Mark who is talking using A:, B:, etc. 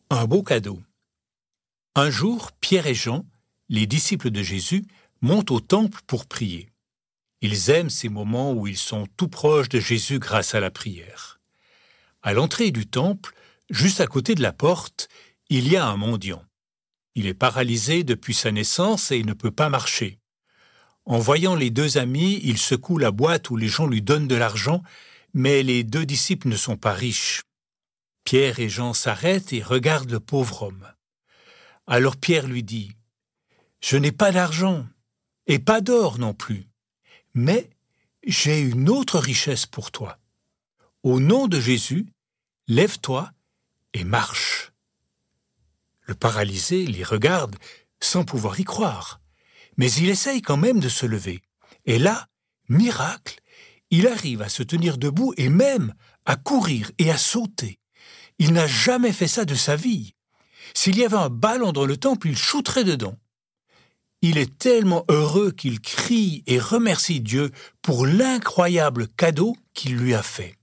A: Un beau cadeau. Un jour, Pierre et Jean, les disciples de Jésus, montent au temple pour prier. Ils aiment ces moments où ils sont tout proches de Jésus grâce à la prière. À l'entrée du temple, juste à côté de la porte, il y a un mendiant. Il est paralysé depuis sa naissance et il ne peut pas marcher. En voyant les deux amis, il secoue la boîte où les gens lui donnent de l'argent, mais les deux disciples ne sont pas riches. Pierre et Jean s'arrêtent et regardent le pauvre homme. Alors Pierre lui dit : « Je n'ai pas d'argent et pas d'or non plus, mais j'ai une autre richesse pour toi. Au nom de Jésus, lève-toi et marche. » Le paralysé les regarde sans pouvoir y croire, mais il essaye quand même de se lever. Et là, miracle, il arrive à se tenir debout et même à courir et à sauter. Il n'a jamais fait ça de sa vie. S'il y avait un ballon dans le temple, il shooterait dedans. Il est tellement heureux qu'il crie et remercie Dieu pour l'incroyable cadeau qu'il lui a fait.